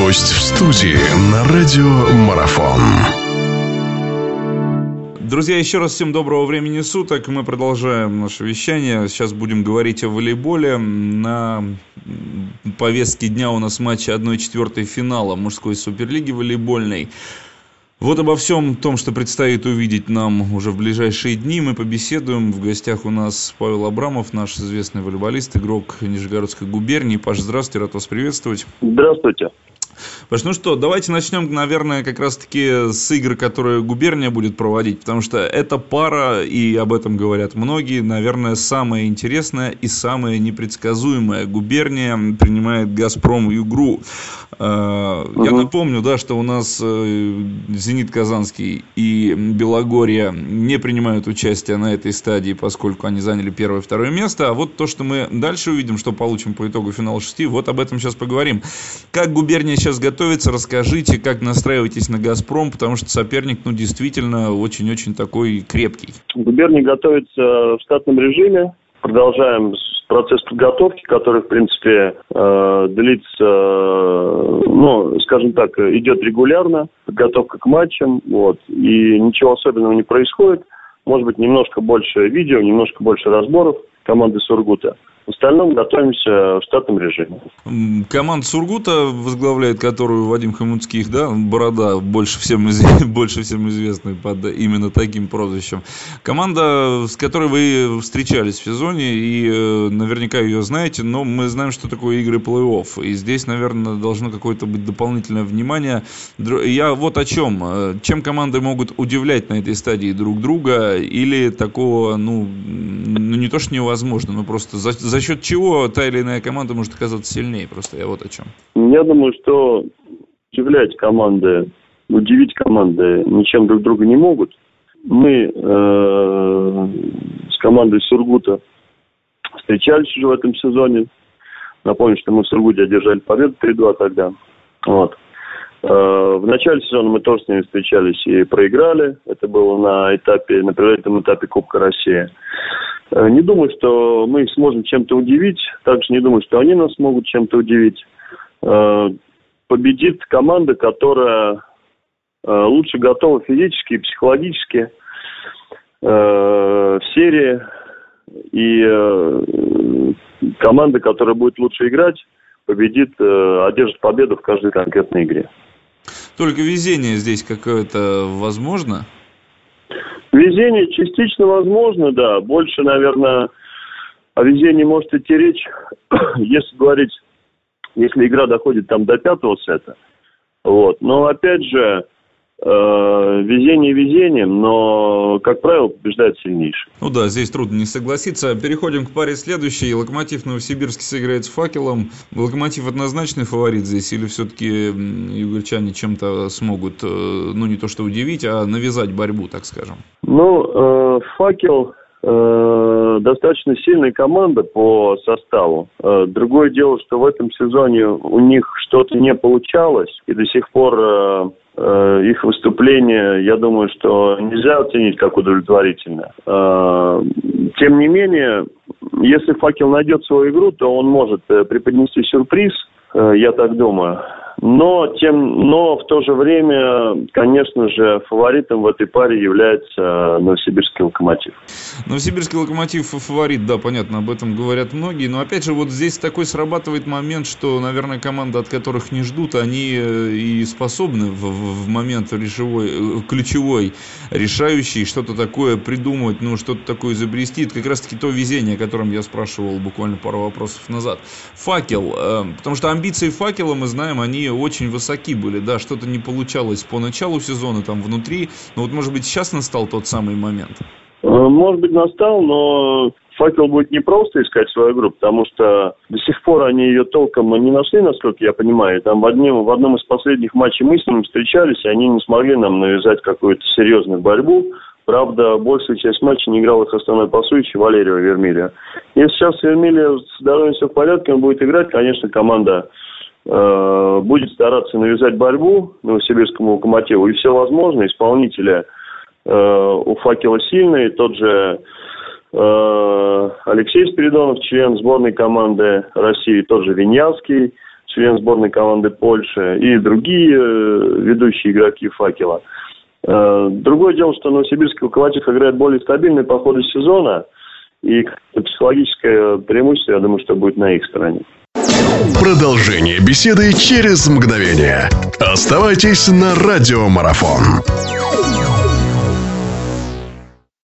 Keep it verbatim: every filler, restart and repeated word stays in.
Гость в студии на радио Марафон. Друзья, еще раз всем доброго времени суток. Мы продолжаем наше вещание. Сейчас будем говорить о волейболе. На повестке дня у нас матчи одна четвертая финала мужской суперлиги волейбольной. Вот обо всем том, что предстоит увидеть нам уже в ближайшие дни, мы побеседуем. В гостях у нас Павел Абрамов, наш известный волейболист, игрок Нижегородской губернии. Паш, здравствуйте, рад вас приветствовать. Здравствуйте. Паш, ну что, давайте начнем, наверное, как раз-таки с игр, которые губерния будет проводить, потому что эта пара, и об этом говорят многие, наверное, самая интересная и самая непредсказуемая. Губерния принимает «Газпром» Югру. Uh-huh. Я напомню, да, что у нас «Зенит» Казанский и «Белогорье» не принимают участие на этой стадии, поскольку они заняли первое и второе место. А вот то, что мы дальше увидим, что получим по итогу финала шести, вот об этом сейчас поговорим. Как губерния сейчас готовится, расскажите, как настраиваетесь на «Газпром», потому что соперник, ну, действительно очень-очень такой крепкий. Губерния готовится в штатном режиме. Продолжаем процесс подготовки, который, в принципе, э, длится, э, ну, скажем так, идет регулярно, подготовка к матчам, вот, и ничего особенного не происходит. Может быть, немножко больше видео, немножко больше разборов команды Сургута. В остальном готовимся в штатном режиме. Команда Сургута, возглавляет которую Вадим Хомутских, да, Борода, больше всем, из... больше всем известный под именно таким прозвищем. Команда, с которой вы встречались в сезоне, и наверняка ее знаете, но мы знаем, что такое игры плей-офф. И здесь, наверное, должно какое-то быть дополнительное внимание. Я вот о чем. Чем команды могут удивлять на этой стадии друг друга, или такого, ну, ну не то что невозможно, но просто за За счет чего та или иная команда может оказаться сильнее? Просто я вот о чем. Я думаю, что удивлять команды, удивить команды ничем друг друга не могут. Мы э, с командой Сургута встречались уже в этом сезоне. Напомню, что мы в Сургуте одержали победу три-два тогда. Вот. Э, в начале сезона мы тоже с ними встречались и проиграли. Это было на этапе, на предварительном этапе Кубка России. Не думаю, что мы их сможем чем-то удивить. Также не думаю, что они нас смогут чем-то удивить. Победит команда, которая лучше готова физически и психологически в серии. И команда, которая будет лучше играть, победит, одержит победу в каждой конкретной игре. Только везение здесь какое-то возможно? Везение частично возможно, да. Больше, наверное, о везении может идти речь, если говорить, если игра доходит там до пятого сета. Вот. Но опять же, э, везение везением, но, как правило, побеждает сильнейший. Ну да, здесь трудно не согласиться. Переходим к паре следующей. Локомотив Новосибирск сыграет с Факелом. Локомотив однозначный фаворит здесь, или все-таки югорчане чем-то смогут, ну не то что удивить, а навязать борьбу, так скажем? Ну, э, Факел э, достаточно сильная команда по составу. Э, другое дело, что в этом сезоне у них что-то не получалось, и до сих пор э, э, их выступление, я думаю, что нельзя оценить как удовлетворительно. Э, тем не менее, если Факел найдет свою игру, то он может э, преподнести сюрприз, э, я так думаю. Но, тем, но в то же время, конечно же, фаворитом в этой паре является Новосибирский Локомотив. Новосибирский Локомотив фаворит, да, понятно, об этом говорят многие. Но опять же, вот здесь такой срабатывает момент, что, наверное, команды, от которых не ждут, они и способны в, в момент решевой, ключевой, решающий, что-то такое придумать, ну, что-то такое изобрести. Это как раз-таки то везение, о котором я спрашивал буквально пару вопросов назад. Факел, э, потому что амбиции Факела, мы знаем, они очень высоки были, да, что-то не получалось по началу сезона там внутри, но вот, может быть, сейчас настал тот самый момент? Может быть, настал, но Факел будет не просто искать свою игру, потому что до сих пор они ее толком не нашли, насколько я понимаю. Там в, одним, в одном из последних матчей мы с ними встречались, и они не смогли нам навязать какую-то серьезную борьбу. Правда, большую часть матча не играл их основной пасующий Валерия Вермилия. Если сейчас Вермилия с здоровьем все в порядке, он будет играть, конечно, команда э, будет стараться навязать борьбу Новосибирскому Локомотиву. И все возможно, исполнители э, у Факела сильные, тот же э, Алексей Спиридонов, член сборной команды России, тот же Виньявский, член сборной команды Польши, и другие ведущие игроки «Факела». Другое дело, что новосибирский «Локомотив» играет более стабильный по ходу сезона, и психологическое преимущество, я думаю, что будет на их стороне. Продолжение беседы через мгновение. Оставайтесь на Радио Марафон.